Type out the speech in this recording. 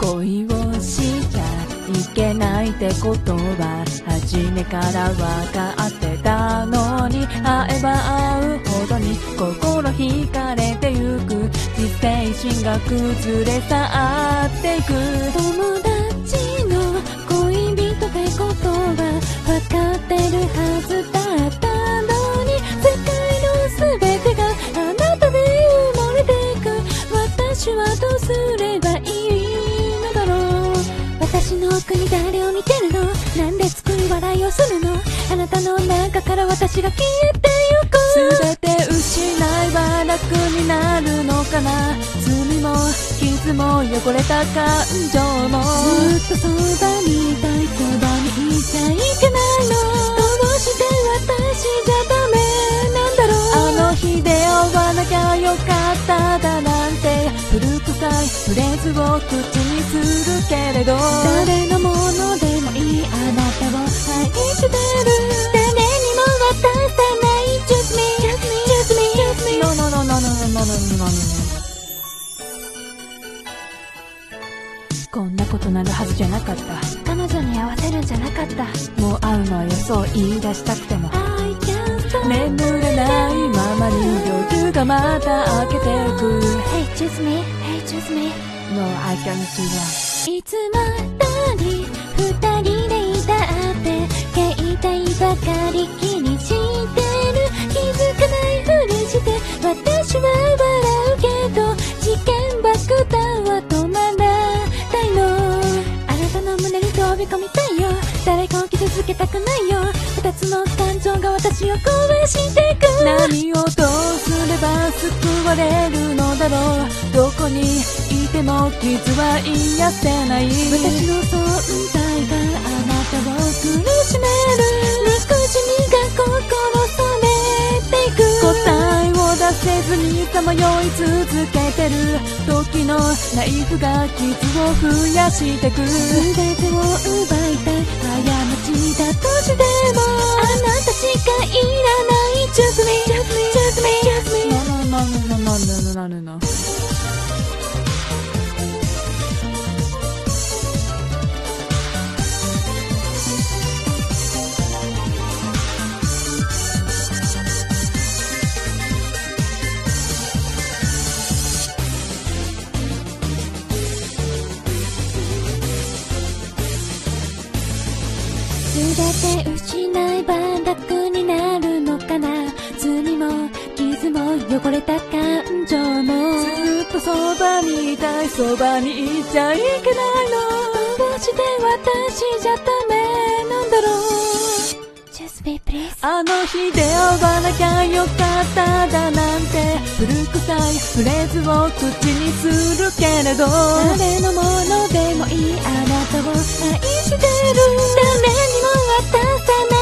恋をしちゃいけないってことは初めから分かってたのに、会えば会うほどに心惹かれてゆく、自制心が崩れ去っていく。 友達の恋人ってことは分かってるはずだったのに、世界の全てがあなたで埋もれていく。私はどうすればいいのだろう。私の奥に誰を見てるの？なんで作り笑いをするの？あなたの中から私が消えてゆく。 全て失えば楽になるのかな。罪も傷も汚れた感情もずっとそばにいたい、そばにいちゃいけないの。どうして私じゃダメなんだろう。 あの日出会わなきゃよかっただなんて古臭いフレーズを口にするけれど、 誰のものでもいいあなたを愛してる。誰にも渡さない Just me, just me, just me, just me. No, no, no, no, no, no, no, no, no, no. こんなことなるはずじゃなかった。 彼女に合わせるんじゃなかった。 もう会うのはよそう言い出したくても I can't stop. 眠れないままに夜がまた明けてく。 Hey choose me, hey choose me. No, I can't see that. いつまでに二人でいたって携帯ばかり気にしてる。気づかないふりして私は笑うけど、事件爆弾は止まらないの。あなたの胸に飛び込みたいよ。誰かを傷つけたくないよ。二つの感情が私を壊していく。 何をどうすれば救われるのだろう。どこにいても傷は癒せない。 私の存在があなたを苦しめる。憎しみが心染めていく。 答えを出せずにさまよい続けてる。時のナイフが傷を増やしてく。 全てを奪いたい過ちだとしてもあなたしかいらない。 Choose me, choose me, choose me, choose me. No, no, no, no, no, no, no, no. 全て失えば楽になるのかな。罪も傷も汚れた感情もずっとそばにいたい、そばにいちゃいけないの。 どうして私じゃダメなんだろう。 Just be please. あの日出会わなきゃよかっただなんて古臭いフレーズを口にするけれど、 誰のものでもいいあなたを愛してる。誰にも渡さない